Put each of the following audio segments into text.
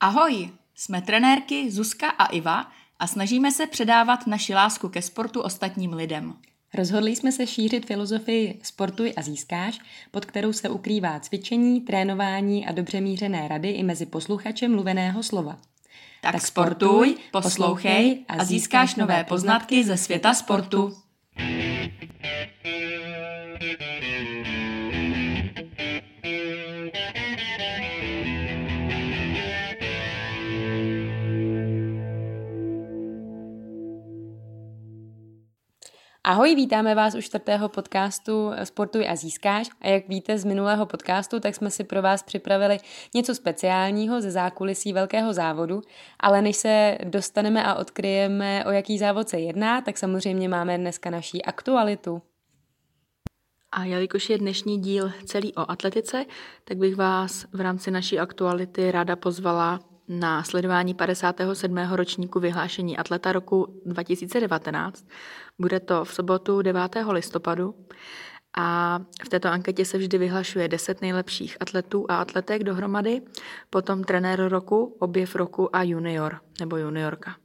Ahoj, jsme trenérky Zuzka a Iva a snažíme se předávat naši lásku ke sportu ostatním lidem. Rozhodli jsme se šířit filozofii sportuj a získáš, pod kterou se ukrývá cvičení, trénování a dobře mířené rady i mezi posluchačem mluveného slova. Tak sportuj, poslouchej a získáš nové poznatky ze světa sportu. Ahoj, vítáme vás u 4. podcastu Sportuj a získáš a jak víte z minulého podcastu, tak jsme si pro vás připravili něco speciálního ze zákulisí velkého závodu, ale než se dostaneme a odkryjeme, o jaký závod se jedná, tak samozřejmě máme dneska naší aktualitu. A jelikož je dnešní díl celý o atletice, tak bych vás v rámci naší aktuality ráda pozvala na sledování 57. ročníku vyhlášení Atleta roku 2019. Bude to v sobotu 9. listopadu a v této anketě se vždy vyhlašuje 10 nejlepších atletů a atletek dohromady, potom trenér roku, objev roku a junior nebo juniorka.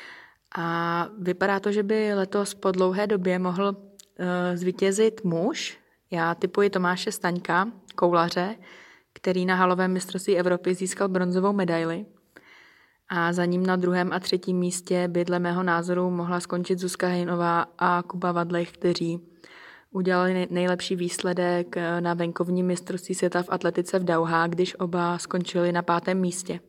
A vypadá to, že by letos po dlouhé době mohl zvítězit muž. Já tipuji Tomáše Staňka, koulaře, který na halovém mistrovství Evropy získal bronzovou medaili. A za ním na 2. a 3. místě by dle mého názoru mohla skončit Zuzka Hejnová a Kuba Vadlech, kteří udělali nejlepší výsledek na venkovním mistrovství světa v atletice v Dauhá, když oba skončili na 5. místě.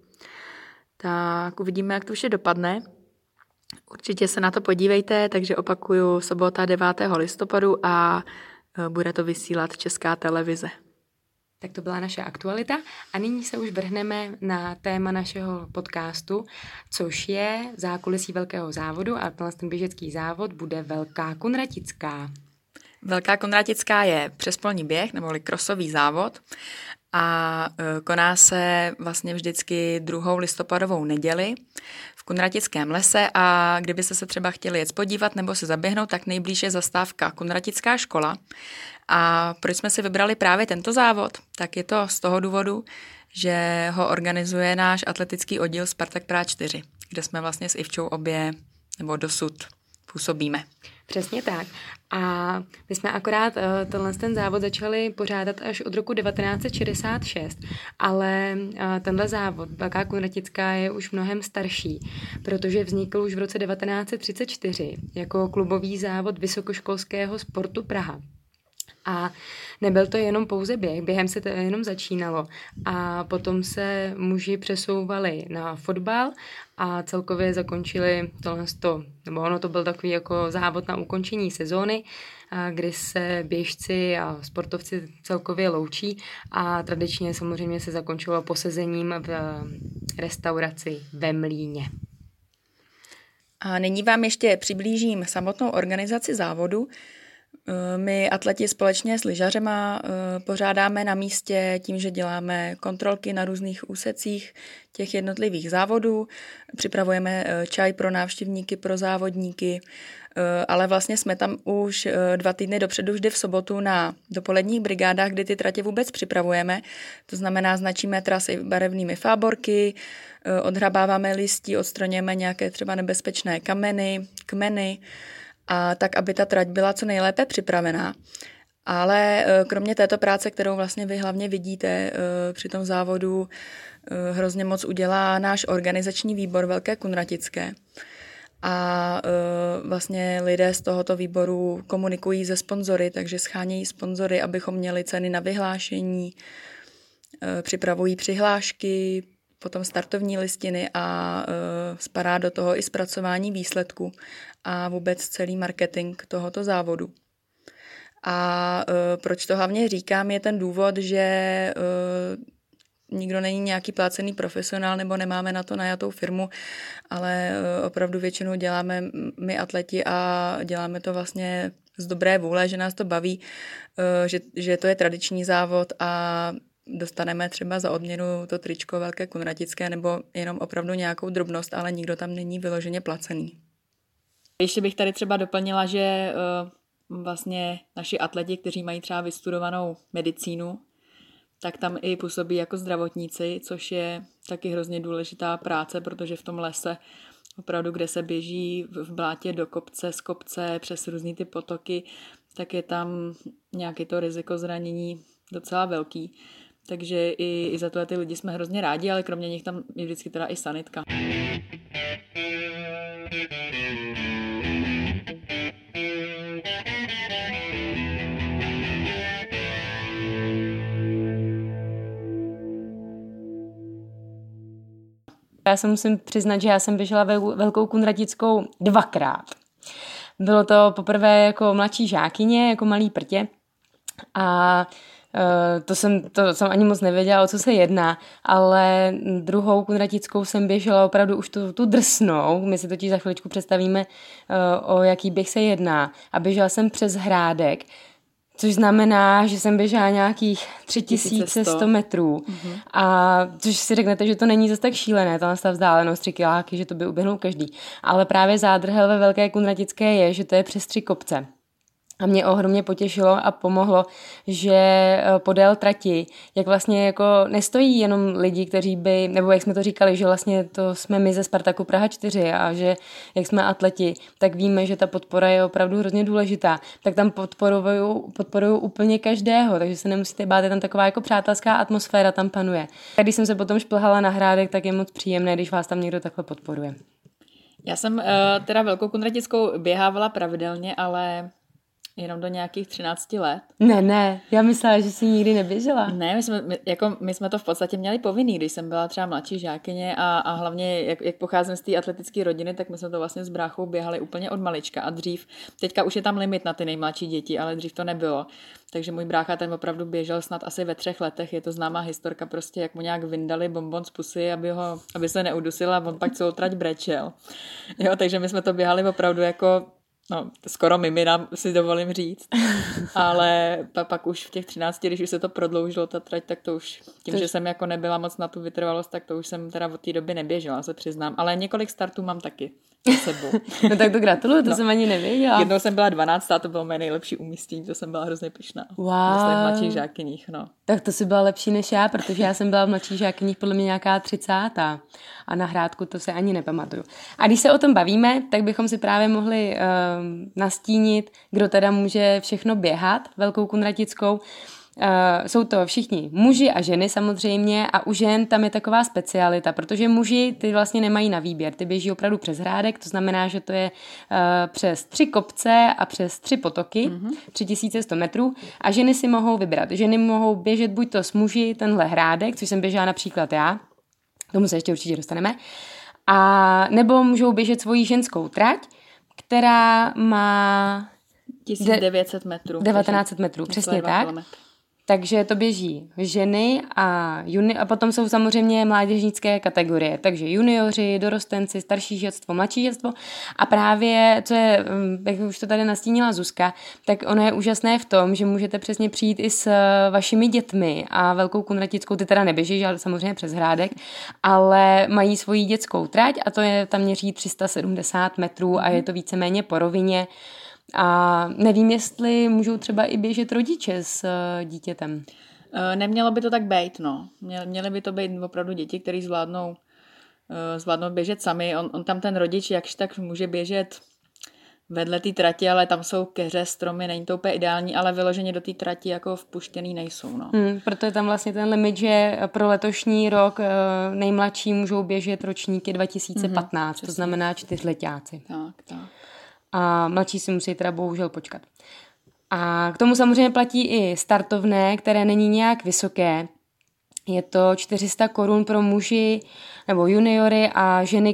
Tak uvidíme, jak to vše dopadne. Určitě se na to podívejte, takže opakuju sobota 9. listopadu a bude to vysílat Česká televize. Tak to byla naše aktualita a nyní se už vrhneme na téma našeho podcastu, což je zákulisí velkého závodu a ten běžecký závod bude Velká Kunratická. Velká Kunratická je přespolní běh neboli krosový závod a koná se vlastně vždycky 2. listopadovou neděli v Kunratickém lese a kdybyste se třeba chtěli jet podívat nebo se zaběhnout, tak nejblíž je zastávka Kunratická škola. A proč jsme si vybrali právě tento závod? Tak je to z toho důvodu, že ho organizuje náš atletický oddíl Spartak Praha 4, kde jsme vlastně s Ivčou obě nebo dosud působíme. Přesně tak. A my jsme akorát ten závod začali pořádat až od roku 1966, ale tenhle závod, Velká Kunratická, je už mnohem starší, protože vznikl už v roce 1934 jako klubový závod vysokoškolského sportu Praha. A nebyl to jenom pouze běh, během se to jenom začínalo a potom se muži přesouvali na fotbal a celkově zakončili ono to byl takový jako závod na ukončení sezóny, kdy se běžci a sportovci celkově loučí a tradičně samozřejmě se zakončilo posezením v restauraci ve Mlýně. A nyní vám ještě přiblížím samotnou organizaci závodu. My atleti společně s lyžařema pořádáme na místě tím, že děláme kontrolky na různých úsecích těch jednotlivých závodů, připravujeme čaj pro návštěvníky, pro závodníky, ale vlastně jsme tam už 2 týdny dopředu vždy v sobotu na dopoledních brigádách, kdy ty tratě vůbec připravujeme. To znamená, značíme trasy barevnými fáborky, odhrabáváme listí, odstraňujeme nějaké třeba nebezpečné kameny, kmeny, a tak, aby ta trať byla co nejlépe připravená. Ale kromě této práce, kterou vlastně vy hlavně vidíte při tom závodu, hrozně moc udělá náš organizační výbor Velké Kunratické. A vlastně lidé z tohoto výboru komunikují se sponzory, takže schánějí sponzory, abychom měli ceny na vyhlášení, připravují přihlášky, potom startovní listiny a spadá do toho i zpracování výsledků a vůbec celý marketing tohoto závodu. A proč to hlavně říkám, je ten důvod, že nikdo není nějaký placený profesionál nebo nemáme na to najatou firmu, ale opravdu většinou děláme my atleti a děláme to vlastně z dobré vůle, že nás to baví, že to je tradiční závod a dostaneme třeba za odměnu to tričko Velké Kunratické nebo jenom opravdu nějakou drobnost, ale nikdo tam není vyloženě placený. Ještě bych tady třeba doplnila, že vlastně naši atleti, kteří mají třeba vystudovanou medicínu, tak tam i působí jako zdravotníci, což je taky hrozně důležitá práce, protože v tom lese opravdu, kde se běží v blátě do kopce, z kopce přes různý ty potoky, tak je tam nějaké to riziko zranění docela velký. Takže i za tohle ty lidi jsme hrozně rádi, ale kromě nich tam je vždycky teda i sanitka. Já se musím přiznat, že já jsem běžela Velkou Kunratickou 2krát. Bylo to poprvé jako mladší žákyně, jako malý prtě a to jsem ani moc nevěděla, o co se jedná, ale druhou Kunratickou jsem běžela opravdu už tu drsnou, my si totiž za chviličku představíme, o jaký běh se jedná, a běžela jsem přes Hrádek, což znamená, že jsem běžela nějakých 3100 metrů. Mm-hmm. A což si řeknete, že to není zase tak šílené, ta vzdálenost 3 kiláky, že to by uběhnul každý. Ale právě zádrhel ve Velké Kunratické je, že to je přes 3 kopce. A mě ohromně potěšilo a pomohlo, že podél trati, jak vlastně jako nestojí jenom lidi, kteří by, nebo jak jsme to říkali, že vlastně to jsme my ze Spartaku Praha 4 a že jak jsme atleti, tak víme, že ta podpora je opravdu hrozně důležitá. Tak tam podporují úplně každého, takže se nemusíte bát, je tam taková jako přátelská atmosféra tam panuje. A když jsem se potom šplhala na Hrádek, tak je moc příjemné, když vás tam někdo takhle podporuje. Já jsem teda Velkou Kunratickou běhávala pravidelně, ale jenom do nějakých 13 let. Ne, já myslela, že jsi nikdy neběžela. Ne, my jsme to v podstatě měli povinný, když jsem byla třeba mladší žákyně a hlavně, jak pocházím z té atletické rodiny, tak my jsme to vlastně s bráchou běhali úplně od malička a dřív, teďka už je tam limit na ty nejmladší děti, ale dřív to nebylo. Takže můj brácha ten opravdu běžel snad asi ve 3 letech, je to známá historka prostě, jak mu nějak vyndali bonbon z pusy, aby se neudusil a on pak celou trať brečel. Jo, takže my jsme to běhali opravdu jako skoro mimina, si dovolím říct, ale pak už v těch 13, když už se to prodloužilo, ta trať, tak to už, tím, že jsem jako nebyla moc na tu vytrvalost, tak to už jsem teda od té doby neběžela, se přiznám, ale několik startů mám taky s sebou. No tak to gratuluju, to jsem ani nevěděla. Jednou jsem byla 12, to bylo moje nejlepší umístění, to jsem byla hrozně pyšná. Wow. V mladších žákyních, Tak to si byla lepší než já, protože já jsem byla v mladších žákyních podle mě nějaká 30. A na Hrádku to se ani nepamatuju. A když se o tom bavíme, tak bychom si právě mohli nastínit, kdo teda může všechno běhat Velkou Kunratickou. Jsou to všichni muži a ženy samozřejmě a u žen tam je taková specialita, protože muži ty vlastně nemají na výběr, ty běží opravdu přes Hrádek, to znamená, že to je přes 3 kopce a přes 3 potoky, 3100 metrů a ženy si mohou vybrat. Ženy mohou běžet buď to s muži tenhle Hrádek, což jsem běžela například já, k tomu se ještě určitě dostaneme, a nebo můžou běžet svoji ženskou trať, která má 1900 metrů. 1900 metrů, přesně tak. Takže to běží ženy a potom jsou samozřejmě mládežnické kategorie, takže junioři, dorostenci, starší žetstvo, mladší žetstvo a právě, co je, jak už to tady nastínila Zuzka, tak ono je úžasné v tom, že můžete přesně přijít i s vašimi dětmi a Velkou Kunratickou, ty teda neběží, ale samozřejmě přes Hrádek, ale mají svoji dětskou trať a to je, tam měří 370 metrů a je to víceméně po rovině. A nevím, jestli můžou třeba i běžet rodiče s dítětem. Nemělo by to tak být, Měly by to být opravdu děti, které zvládnou běžet sami. On tam ten rodič jakž tak může běžet vedle té trati, ale tam jsou keře, stromy, není to úplně ideální, ale vyloženě do té trati jako vpuštěný nejsou. Proto je tam vlastně ten limit, že pro letošní rok nejmladší můžou běžet ročníky 2015, to znamená 4letáci. Tak. A mladší si musí teda bohužel počkat. A k tomu samozřejmě platí i startovné, které není nějak vysoké. Je to 400 korun pro muži nebo juniory a ženy,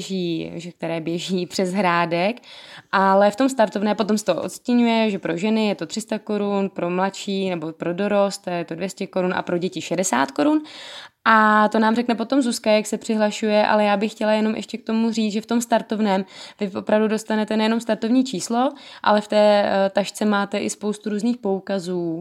které běží přes Hrádek. Ale v tom startovné potom se to odstínuje, že pro ženy je to 300 korun, pro mladší nebo pro dorost je to 200 korun a pro děti 60 korun. A to nám řekne potom Zuzka, jak se přihlašuje, ale já bych chtěla jenom ještě k tomu říct, že v tom startovném vy opravdu dostanete nejenom startovní číslo, ale v té tašce máte i spoustu různých poukazů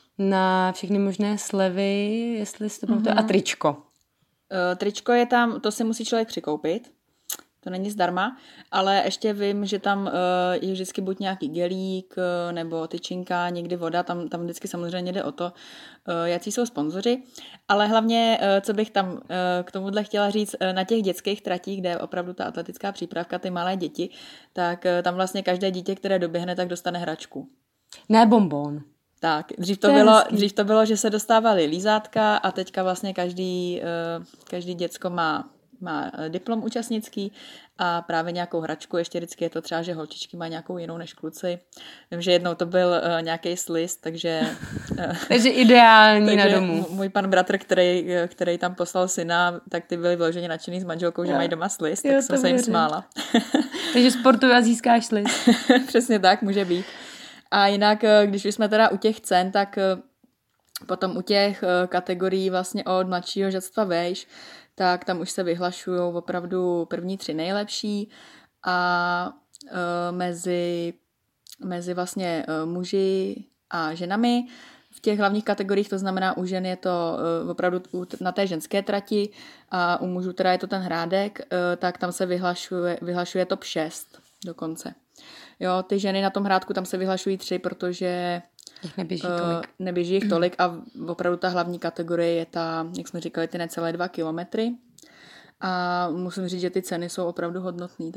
na všechny možné slevy, jestli si to pamatuje, a tričko. Tričko je tam, to si musí člověk přikoupit. to není zdarma, ale ještě vím, že tam je vždycky buď nějaký gelík nebo tyčinka, někdy voda, tam vždycky samozřejmě jde o to, jaký jsou sponzoři, ale hlavně, co bych tam k tomuhle chtěla říct, na těch dětských tratích, kde je opravdu ta atletická přípravka, ty malé děti, tak tam vlastně každé dítě, které doběhne, tak dostane hračku. Ne bonbon. Tak, dřív to bylo, že se dostávaly lízátka a teďka vlastně každý děcko má diplom účastnický a právě nějakou hračku, ještě vždycky je to třeba, že holčičky mají nějakou jinou než kluci. Vím, že jednou to byl nějaký sliz, takže... takže ideální na domu. Můj pan bratr, který tam poslal syna, tak ty byli vyloženě nadšený s manželkou, že mají doma sliz, tak jsem se jim smála. Takže sportuj a získáš sliz. Přesně tak, může být. A jinak, když jsme teda u těch cen, tak potom u těch kategorií vlastně od mladšího žadstva vejš, tak tam už se vyhlašují opravdu první 3 nejlepší a mezi vlastně muži a ženami v těch hlavních kategoriích, to znamená u žen je to opravdu na té ženské trati a u mužů teda je to ten hrádek, tak tam se vyhlašuje top 6 dokonce. Jo, ty ženy na tom hrádku tam se vyhlašují 3, protože neběží jich tolik a opravdu ta hlavní kategorie je ta, jak jsme říkali, ty necelé 2 kilometry a musím říct, že ty ceny jsou opravdu hodnotný,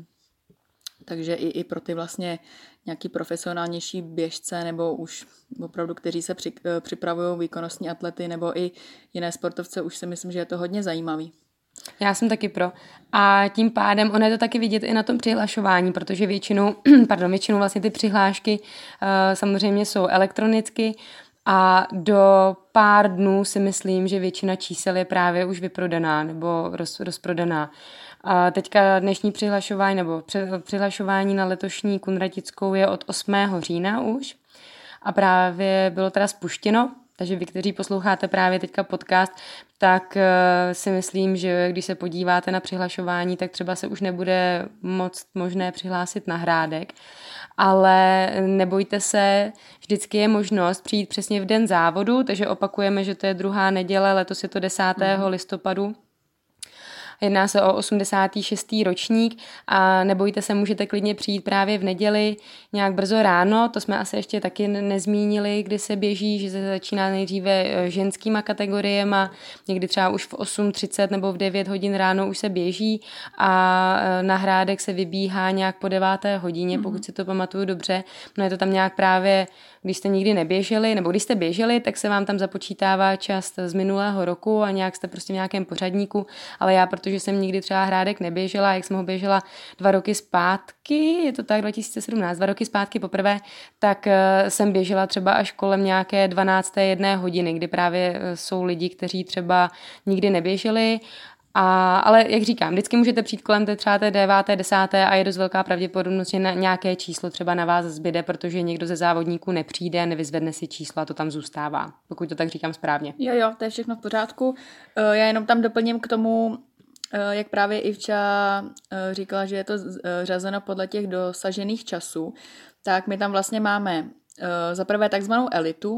takže i pro ty vlastně nějaký profesionálnější běžce nebo už opravdu, kteří se připravují výkonnostní atlety nebo i jiné sportovce, už si myslím, že je to hodně zajímavý. Já jsem taky pro. A tím pádem ono je to taky vidět i na tom přihlašování, protože většinou vlastně ty přihlášky samozřejmě jsou elektronicky a do pár dnů si myslím, že většina čísel je právě už vyprodaná nebo rozprodaná. A teďka dnešní přihlašování nebo přihlašování na letošní Kunratickou je od 8. října už a právě bylo teda spuštěno. Takže vy, kteří posloucháte právě teďka podcast, tak si myslím, že když se podíváte na přihlašování, tak třeba se už nebude moc možné přihlásit na hrádek. Ale nebojte se, vždycky je možnost přijít přesně v den závodu, takže opakujeme, že to je 2. neděle, letos je to 10. listopadu. Jedná se o 86. ročník a nebojte se, můžete klidně přijít právě v neděli nějak brzo ráno, to jsme asi ještě taky nezmínili, kdy se běží, že se začíná nejdříve ženskýma kategoriema, někdy třeba už v 8:30 nebo v 9 hodin ráno už se běží a na hrádek se vybíhá nějak po 9. hodině, pokud si to pamatuju dobře, no je to tam nějak právě, když jste nikdy neběželi, nebo když jste běželi, tak se vám tam započítává čas z minulého roku a nějak jste prostě v nějakém pořadníku, ale já, protože jsem nikdy třeba hrádek neběžela, jak jsem ho běžela 2 roky zpátky, je to tak 2017, 2 roky zpátky poprvé, tak jsem běžela třeba až kolem nějaké 12. 1 hodiny, kdy právě jsou lidi, kteří třeba nikdy neběželi. Ale jak říkám, vždycky můžete přijít kolem třeba té 9., 10. a je dost velká pravděpodobnost, že na nějaké číslo třeba na vás zbyde, protože někdo ze závodníků nepřijde a nevyzvedne si číslo a to tam zůstává, pokud to tak říkám správně. Jo, to je všechno v pořádku. Já jenom tam doplním k tomu, jak právě Ivča říkala, že je to řazeno podle těch dosažených časů, tak my tam vlastně máme za prvé takzvanou elitu,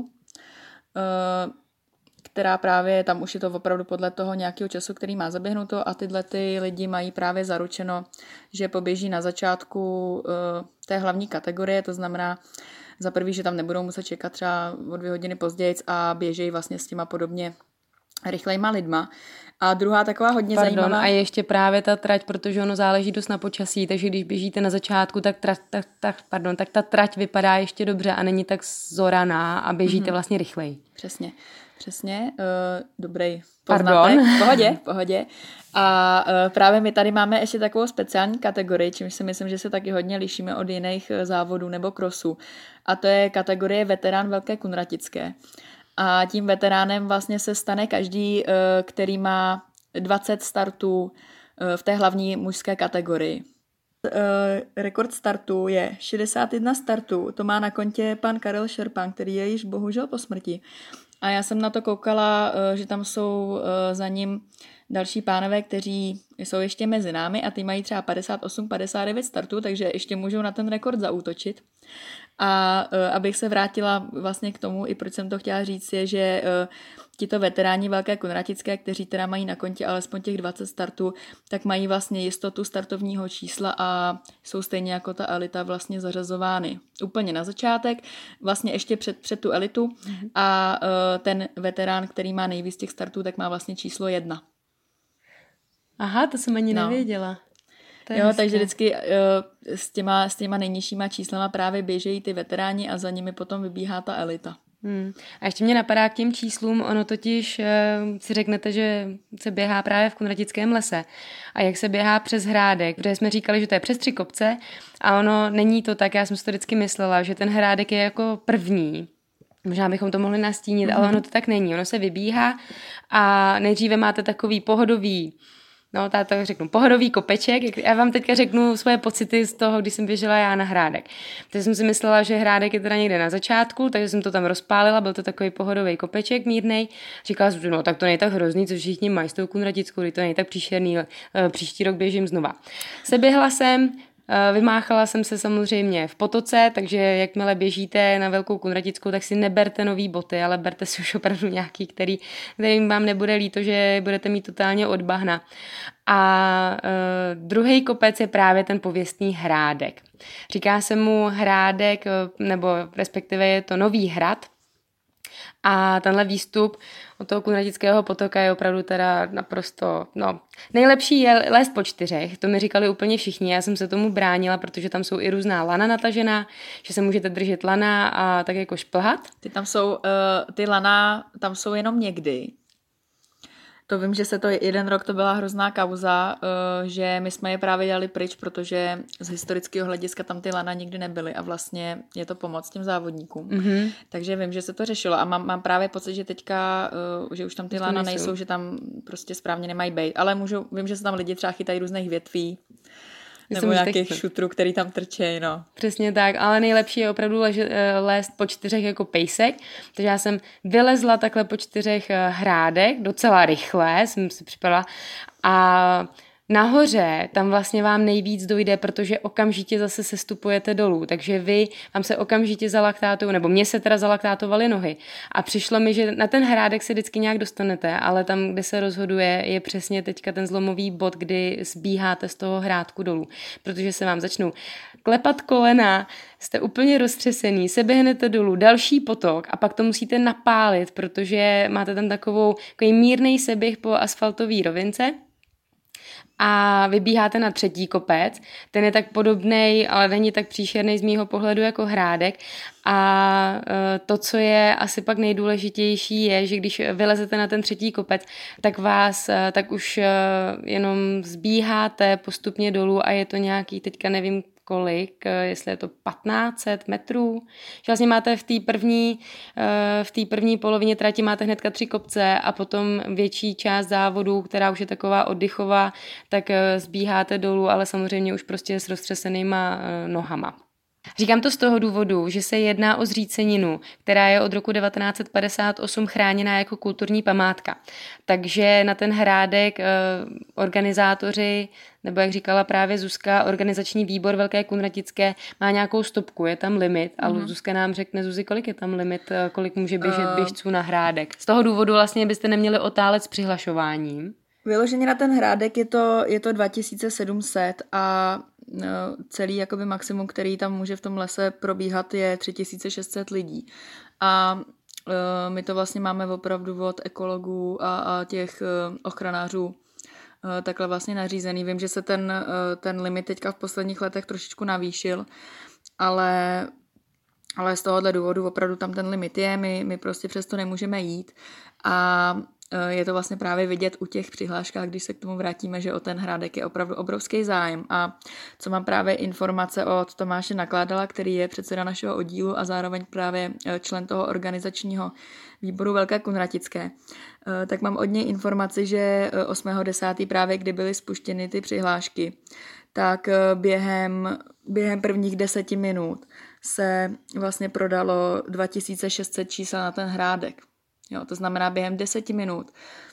která právě, tam už je to opravdu podle toho nějakého času, který má zaběhnuto a tyhle ty lidi mají právě zaručeno, že poběží na začátku té hlavní kategorie, to znamená za prvý, že tam nebudou muset čekat třeba o 2 hodiny později a běžejí vlastně s těma podobně rychlejma lidma. A druhá taková hodně zajímavá... A ještě právě ta trať, protože ono záleží dost na počasí, takže když běžíte na začátku, tak ta trať vypadá ještě dobře a není tak zoraná a běžíte vlastně rychleji. Přesně, dobrý poznatek. V pohodě. A právě my tady máme ještě takovou speciální kategorii, čímž si myslím, že se taky hodně lišíme od jiných závodů nebo krosů. A to je kategorie veterán Velké Kunratické. A tím veteránem vlastně se stane každý, který má 20 startů v té hlavní mužské kategorii. Rekord startů je 61 startů. To má na kontě pan Karel Šerpán, který je již bohužel po smrti. A já jsem na to koukala, že tam jsou za ním další pánové, kteří jsou ještě mezi námi a ty mají třeba 58-59 startů, takže ještě můžou na ten rekord zaútočit. A abych se vrátila vlastně k tomu, i proč jsem to chtěla říct, je, že tito veteráni Velké Kunratické, kteří teda mají na kontě alespoň těch 20 startů, tak mají vlastně jistotu startovního čísla a jsou stejně jako ta elita vlastně zařazovány úplně na začátek, vlastně ještě před tu elitu a ten veterán, který má nejvíc těch startů, tak má vlastně číslo 1. Aha, to jsem ani nevěděla. Jo, takže vždycky s těma nejnižšíma číslama právě běžejí ty veteráni a za nimi potom vybíhá ta elita. A ještě mě napadá k těm číslům, ono totiž si řeknete, že se běhá právě v Kunratickém lese a jak se běhá přes Hrádek, protože jsme říkali, že to je přes 3 kopce a ono není to tak, já jsem si to vždycky myslela, že ten Hrádek je jako první. Možná bychom to mohli nastínit, ale ono to tak není. Ono se vybíhá a nejdříve máte takový pohodový pohodový kopeček. Já vám teďka řeknu svoje pocity z toho, když jsem běžela já na Hrádek. Takže jsem si myslela, že Hrádek je teda někde na začátku, takže jsem to tam rozpálila, byl to takový pohodový kopeček mírnej. Říkala jsem, no tak to není tak hrozný, co všichni mají s tou Kunratickou, to není tak příšerný, příští rok běžím znova. Seběhla jsem, vymáchala jsem se samozřejmě v potoce, takže jakmile běžíte na Velkou Kunratickou, tak si neberte nový boty, ale berte si už opravdu nějaký, kterým vám nebude líto, že budete mít totálně od bahna. A druhý kopec je právě ten pověstný Hrádek. Říká se mu Hrádek, nebo respektive je to Nový hrad. A tenhle výstup od toho Kunratického potoka je opravdu teda naprosto, nejlepší je lézt po 4, to mi říkali úplně všichni, já jsem se tomu bránila, protože tam jsou i různá lana natažená, že se můžete držet lana a tak jako šplhat. Ty lana tam jsou jenom někdy. To vím, že jeden rok to byla hrozná kauza, že my jsme je právě dali pryč, protože z historického hlediska tam ty lana nikdy nebyly a vlastně je to pomoc těm závodníkům. Mm-hmm. Takže vím, že se to řešilo a mám právě pocit, že teďka, že už tam ty lana nejsou, že tam prostě správně nemají být, ale vím, že se tam lidi třeba chytají různých větví, nebo nějakých šutrů, který tam trčejí, no. Přesně tak, ale nejlepší je opravdu lézt po 4 jako pejsek, takže já jsem vylezla takhle po 4 Hrádek, docela rychle jsem si připadala a nahoře tam vlastně vám nejvíc dojde, protože okamžitě zase sestupujete dolů, takže vám se okamžitě zalaktátují, nebo mě se teda zalaktátovaly nohy a přišlo mi, že na ten Hrádek se vždycky nějak dostanete, ale tam, kde se rozhoduje, je přesně teďka ten zlomový bod, kdy zbíháte z toho Hrádku dolů, protože se vám začnou klepat kolena, jste úplně roztřesený, seběhnete dolů, další potok a pak to musíte napálit, protože máte tam takový mírnej seběh po asfaltové rovince. A vybíháte na 3. kopec, ten je tak podobnej, ale není tak příšerný z mýho pohledu jako Hrádek a to, co je asi pak nejdůležitější je, že když vylezete na ten 3. kopec, tak už jenom zbíháte postupně dolů a je to nějaký, teďka nevím kolik, jestli je to 1500 metrů, že vlastně máte v té první polovině trati máte hnedka 3 kopce a potom větší část závodu, která už je taková oddychová, tak zbíháte dolů, ale samozřejmě už prostě s roztřesenýma nohama. Říkám to z toho důvodu, že se jedná o zříceninu, která je od roku 1958 chráněná jako kulturní památka. Takže na ten Hrádek organizátoři, nebo jak říkala právě Zuzka, organizační výbor Velké Kunratické má nějakou stopku, je tam limit, ale Zuzka nám řekne, Zuzi, kolik je tam limit, kolik může běžet běžců na Hrádek. Z toho důvodu vlastně byste neměli otálet s přihlašováním. Vyloženě na ten Hrádek je to 2700 a celý jakoby maximum, který tam může v tom lese probíhat, je 3600 lidí. A my to vlastně máme opravdu od ekologů a těch ochranářů takhle vlastně nařízený. Vím, že se ten limit teďka v posledních letech trošičku navýšil, ale z tohohle důvodu opravdu tam ten limit je, my prostě přesto nemůžeme jít a je to vlastně právě vidět u těch přihláškách, když se k tomu vrátíme, že o ten Hrádek je opravdu obrovský zájem. A co mám právě informace od Tomáše Nakládala, který je předseda našeho oddílu a zároveň právě člen toho organizačního výboru Velké Kunratické, tak mám od něj informaci, že 8.10. právě kdy byly spuštěny ty přihlášky, tak během prvních 10 minut se vlastně prodalo 2600 čísel na ten Hrádek. Jo, to znamená během 10 minut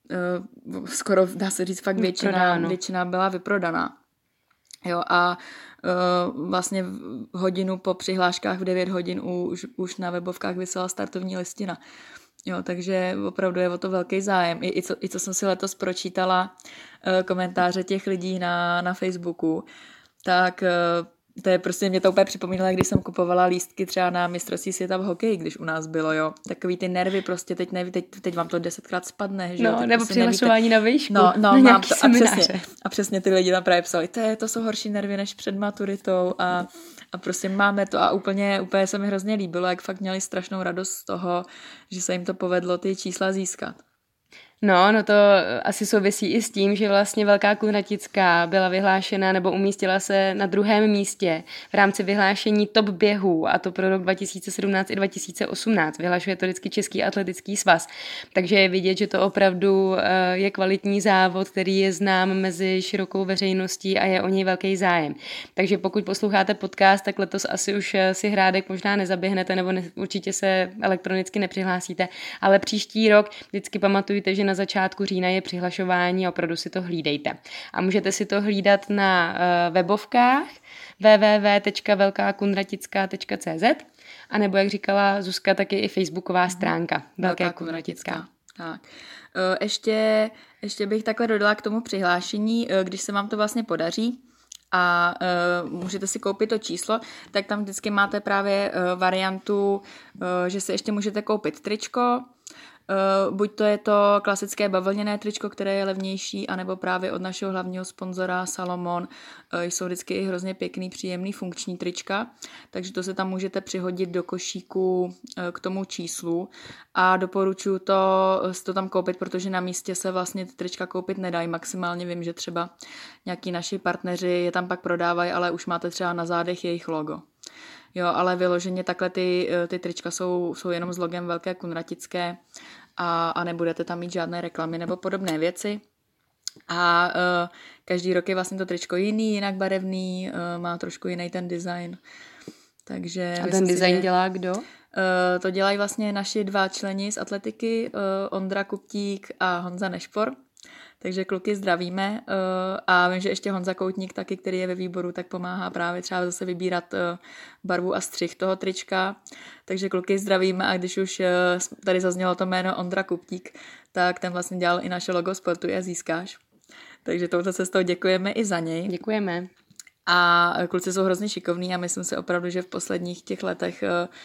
skoro, dá se říct, fakt většina byla vyprodaná. Jo, a vlastně hodinu po přihláškách v 9 hodin už na webovkách vysela startovní listina. Jo, takže opravdu je o to velký zájem. I co jsem si letos pročítala komentáře těch lidí na Facebooku, tak to je prostě, mě to úplně připomínalo, když jsem kupovala lístky třeba na mistrovství světa v hokeji, když u nás bylo, jo. Takový ty nervy prostě, teď vám to 10krát spadne, že jo. No, nebo prostě přihlašování na výšku. No, mám to a přesně ty lidi tam právě psali, to jsou horší nervy než před maturitou a prostě máme to a úplně se mi hrozně líbilo, jak fakt měli strašnou radost z toho, že se jim to povedlo ty čísla získat. No to asi souvisí i s tím, že vlastně Velká Kunratická byla vyhlášena nebo umístila se na 2. místě v rámci vyhlášení top běhů, a to pro rok 2017 i 2018. Vyhlašuje to vždycky Český atletický svaz. Takže je vidět, že to opravdu je kvalitní závod, který je znám mezi širokou veřejností a je o něj velký zájem. Takže pokud posloucháte podcast, tak letos asi už si hrádek možná nezaběhnete nebo určitě se elektronicky nepřihlásíte, ale příští rok vždycky pamatujte, že na začátku října je přihlašování a opravdu si to hlídejte. A můžete si to hlídat na webovkách www.velkakunratická.cz a nebo, jak říkala Zuzka, taky i facebooková stránka Velká Kunratická. Tak. Ještě bych takhle dodala k tomu přihlášení, když se vám to vlastně podaří a můžete si koupit to číslo, tak tam vždycky máte právě variantu, že si ještě můžete koupit tričko, buď to je to klasické bavlněné tričko, které je levnější, anebo právě od našeho hlavního sponzora Salomon jsou vždycky i hrozně pěkný, příjemný funkční trička, takže to se tam můžete přihodit do košíku k tomu číslu a doporučuji to tam koupit, protože na místě se vlastně ty trička koupit nedají, maximálně vím, že třeba nějaký naši partneři je tam pak prodávají, ale už máte třeba na zádech jejich logo. Jo, ale vyloženě takhle ty trička jsou jenom s logem Velké Kunratické a nebudete tam mít žádné reklamy nebo podobné věci. A každý rok je vlastně to tričko jiný, jinak barevný, má trošku jiný ten design. Takže a ten design dělá kdo? To dělají vlastně naši 2 členi z atletiky, Ondra Kuptík a Honza Nešpor. Takže kluky zdravíme a vím, že ještě Honza Koutník taky, který je ve výboru, tak pomáhá právě třeba zase vybírat barvu a střih toho trička. Takže kluky zdravíme a když už tady zaznělo to jméno Ondra Kuptík, tak ten vlastně dělal i naše logo Sportuj a získáš. Takže touto cestou děkujeme i za něj. Děkujeme. A kluci jsou hrozně šikovní a myslím si opravdu, že v posledních těch letech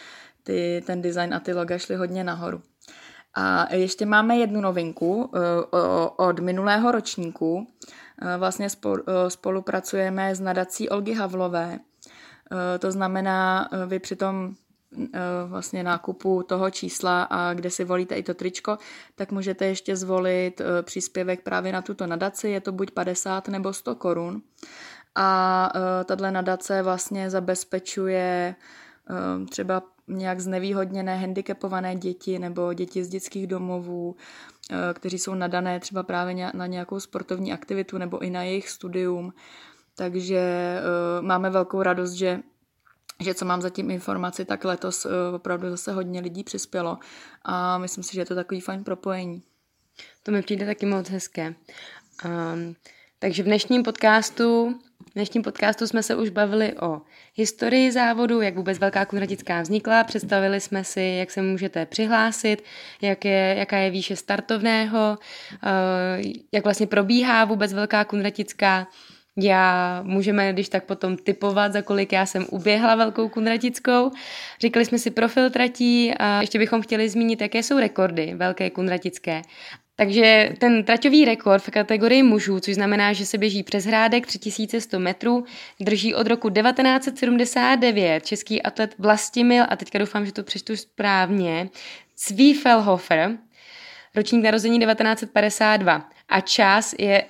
ten design a ty loga šly hodně nahoru. A ještě máme jednu novinku od minulého ročníku. Vlastně spolupracujeme s nadací Olgy Havlové. To znamená, vy při tom vlastně nákupu toho čísla, a kde si volíte i to tričko, tak můžete ještě zvolit příspěvek právě na tuto nadaci. Je to buď 50 nebo 100 korun. A tato nadace vlastně zabezpečuje třeba nějak znevýhodněné, handicapované děti nebo děti z dětských domovů, kteří jsou nadané třeba právě na nějakou sportovní aktivitu nebo i na jejich studium. Takže máme velkou radost, že co mám zatím informaci, tak letos opravdu zase hodně lidí přispělo a myslím si, že je to takový fajn propojení. To mi přijde taky moc hezké. Takže v dnešním podcastu jsme se už bavili o historii závodu, jak vůbec Velká Kunratická vznikla, představili jsme si, jak se můžete přihlásit, jaká je výše startovného, jak vlastně probíhá vůbec Velká Kunratická. Můžeme když tak potom tipovat, za kolik já jsem uběhla Velkou Kunratickou. Říkali jsme si profil tratí a ještě bychom chtěli zmínit, jaké jsou rekordy Velké Kunratické. Takže ten traťový rekord v kategorii mužů, což znamená, že se běží přes hrádek 3100 metrů, drží od roku 1979 český atlet Vlastimil, a teďka doufám, že to přečtu správně, Zwiefelhofer, ročník narození 1952 a čas je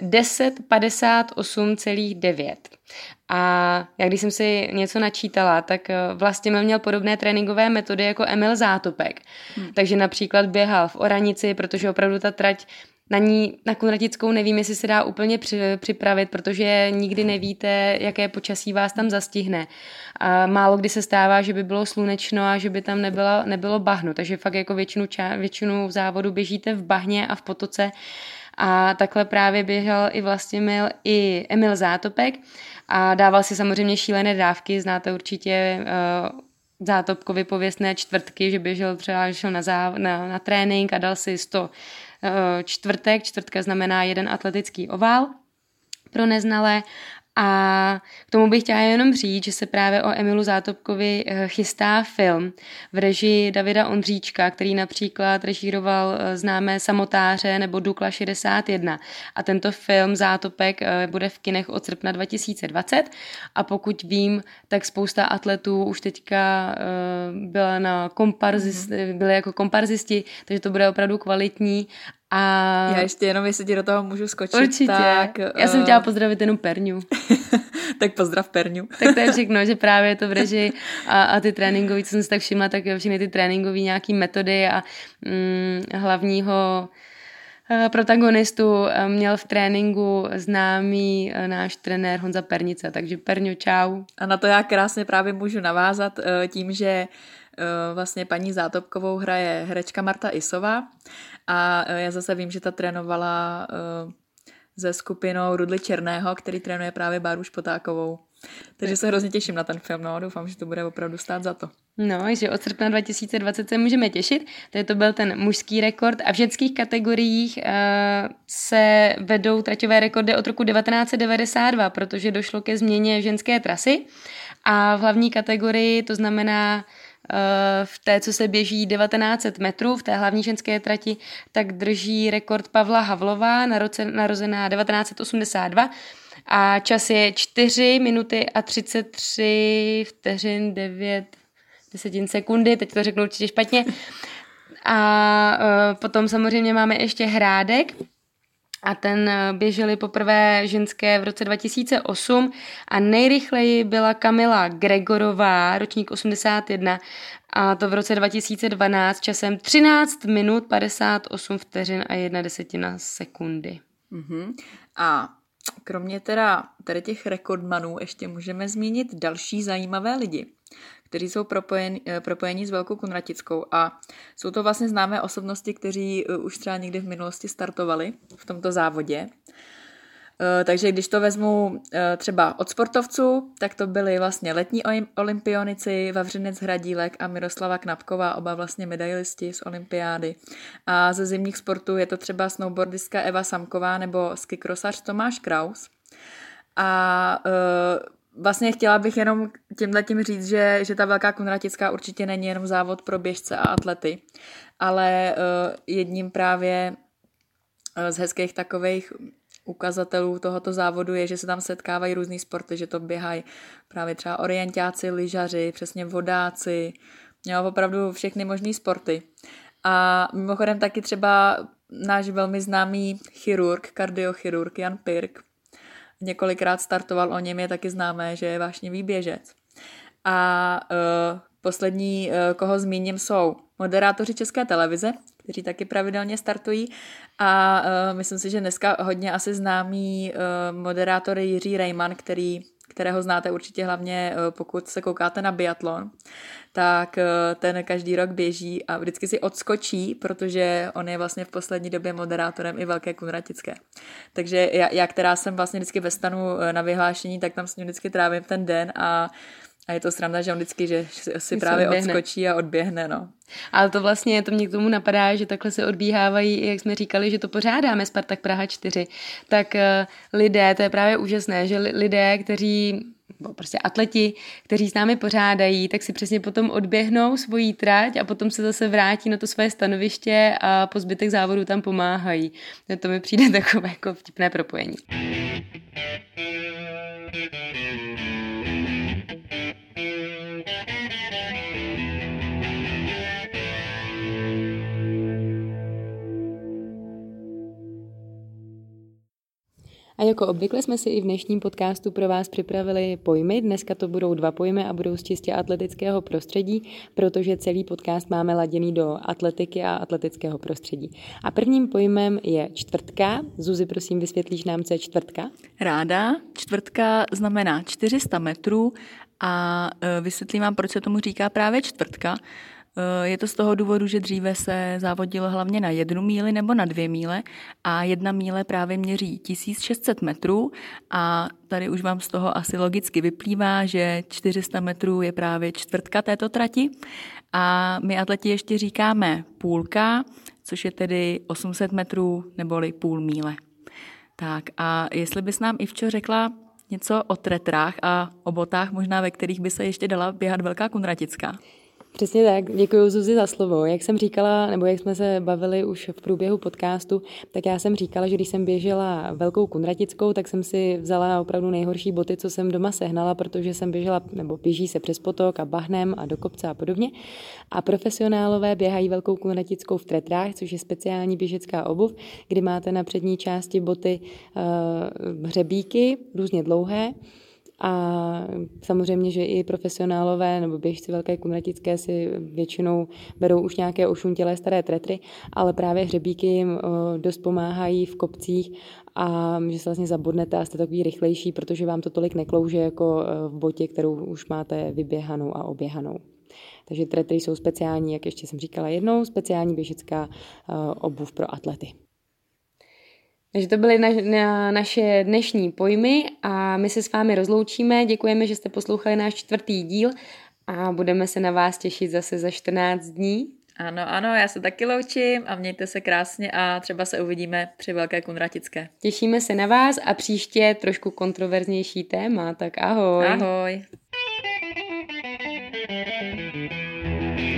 10:58,9. A jak když jsem si něco načítala, tak Vlastimil měl podobné tréninkové metody jako Emil Zátopek. Takže například běhal v Oranici, protože opravdu ta trať na Kunratickou nevím, jestli se dá úplně připravit, protože nikdy nevíte, jaké počasí vás tam zastihne. A málo kdy se stává, že by bylo slunečno a že by tam nebylo bahno, takže fakt jako většinu závodu běžíte v bahně a v potoce A takhle právě běžel i Vlastimil i Emil Zátopek a dával si samozřejmě šílené dávky, znáte určitě Zátopkovi pověstné čtvrtky, že běžel třeba šel na trénink a dal si 100 čtvrtek. Čtvrtka znamená jeden atletický ovál pro neznalé. A k tomu bych chtěla jenom říct, že se právě o Emilu Zátopkovi chystá film v režii Davida Ondříčka, který například režíroval známé Samotáře nebo Dukla 61. A tento film Zátopek bude v kinech od srpna 2020 a pokud vím, tak spousta atletů už teďka byla byly jako komparzisti, takže to bude opravdu kvalitní. A já ještě jenom, jestli ti do toho můžu skočit. Určitě. Tak, já jsem chtěla pozdravit jenom Perňu. Tak pozdrav Perňu. Tak to je všechno, že právě je to v režii a ty tréninkový, co jsem si tak všimla, tak všechny ty tréninkové nějaký metody a hlavního protagonistu měl v tréninku známý náš trenér Honza Pernice, takže Perňo, čau. A na to já krásně právě můžu navázat tím, že vlastně paní Zátopkovou hraje herečka Marta Isová a já zase vím, že ta trénovala se skupinou Rudly Černého, který trénuje právě Báru Špotákovou. Takže se hrozně těším na ten film, no, doufám, že to bude opravdu stát za to. No, že od srpna 2020 se můžeme těšit, to byl ten mužský rekord a v ženských kategoriích se vedou traťové rekordy od roku 1992, protože došlo ke změně ženské trasy a v hlavní kategorii, to znamená v té, co se běží 1900 metrů, v té hlavní ženské trati, tak drží rekord Pavla Havlová, narozená 1982 a čas je 4 minuty a 33 vteřin 9 desetin sekundy, teď to řeknu určitě špatně. A potom samozřejmě máme ještě Hrádek, a ten běželi poprvé ženské v roce 2008 a nejrychleji byla Kamila Gregorová, ročník 81, a to v roce 2012 časem 13 minut 58 vteřin a 1 desetina sekundy. A kromě tady těch rekordmanů ještě můžeme zmínit další zajímavé lidi, kteří jsou propojení s Velkou Kunratickou a jsou to vlastně známé osobnosti, kteří už třeba někdy v minulosti startovali v tomto závodě. Takže když to vezmu třeba od sportovců, tak to byli vlastně letní olympionici Vavřinec Hradílek a Miroslava Knapková, oba vlastně medailisti z olympiády. A ze zimních sportů je to třeba snowboardistka Eva Samková nebo skikrosař Tomáš Kraus. A vlastně chtěla bych jenom tímhletím říct, že ta Velká Kunratická určitě není jenom závod pro běžce a atlety, ale jedním právě z hezkých takových ukazatelů tohoto závodu je, že se tam setkávají různý sporty, že to běhají právě třeba orientáci, lyžaři, přesně vodáci, opravdu všechny možný sporty. A mimochodem taky třeba náš velmi známý chirurg, kardiochirurg Jan Pirk, několikrát startoval, o něm je taky známé, že je vášnivý běžec. A poslední, koho zmíním, jsou moderátoři České televize, kteří taky pravidelně startují a myslím si, že dneska hodně asi známý moderátor je Jiří Rejman, kterého znáte určitě hlavně, pokud se koukáte na biatlon, tak ten každý rok běží a vždycky si odskočí, protože on je vlastně v poslední době moderátorem i Velké Kunratické. Takže já která jsem vlastně vždycky ve stanu na vyhlášení, tak tam s ním vždycky trávím ten den a je to sranda, že on vždycky, že si právě odskočí a odběhne, no. Ale to vlastně, to mě k tomu napadá, že takhle se odbíhávají, jak jsme říkali, že to pořádáme Spartak Praha 4, tak lidé, to je právě úžasné, že lidé, kteří, prostě atleti, kteří s námi pořádají, tak si přesně potom odběhnou svoji trať a potom se zase vrátí na to své stanoviště a po zbytek závodu tam pomáhají. To mi přijde takové jako vtipné propojení. A jako obvykle jsme si i v dnešním podcastu pro vás připravili pojmy. Dneska to budou 2 pojmy a budou z čistě atletického prostředí, protože celý podcast máme laděný do atletiky a atletického prostředí. A prvním pojmem je čtvrtka. Zuzi, prosím, vysvětlíš nám, co je čtvrtka? Ráda. Čtvrtka znamená 400 metrů a vysvětlím vám, proč se tomu říká právě čtvrtka. Je to z toho důvodu, že dříve se závodilo hlavně na 1 míli nebo na 2 míle a 1 míle právě měří 1600 metrů a tady už vám z toho asi logicky vyplývá, že 400 metrů je právě čtvrtka této trati a my atleti ještě říkáme půlka, což je tedy 800 metrů neboli půl míle. Tak a jestli bys nám, Ivčo, řekla něco o tretrách a o botách, možná ve kterých by se ještě dala běhat Velká Kunratická. Přesně tak, děkuji Zuzi za slovo. Jak jsem říkala, nebo jak jsme se bavili už v průběhu podcastu, tak já jsem říkala, že když jsem běžela Velkou Kunratickou, tak jsem si vzala opravdu nejhorší boty, co jsem doma sehnala, protože jsem běžela, nebo běží se přes potok a bahnem a do kopce a podobně. A profesionálové běhají Velkou Kunratickou v tretrách, což je speciální běžecká obuv, kdy máte na přední části boty hřebíky, různě dlouhé. A samozřejmě, že i profesionálové nebo běžci Velké Kunratické si většinou berou už nějaké ošuntělé staré tretry, ale právě hřebíky jim dost pomáhají v kopcích a že se vlastně zabodnete a jste takový rychlejší, protože vám to tolik neklouže jako v botě, kterou už máte vyběhanou a oběhanou. Takže tretry jsou speciální, jak ještě jsem říkala jednou, speciální běžecká obuv pro atlety. Takže to byly naše dnešní pojmy a my se s vámi rozloučíme. Děkujeme, že jste poslouchali náš 4. díl a budeme se na vás těšit zase za 14 dní. Ano, já se taky loučím a mějte se krásně a třeba se uvidíme při Velké Kunratické. Těšíme se na vás a příště trošku kontroverznější téma, tak ahoj. Ahoj.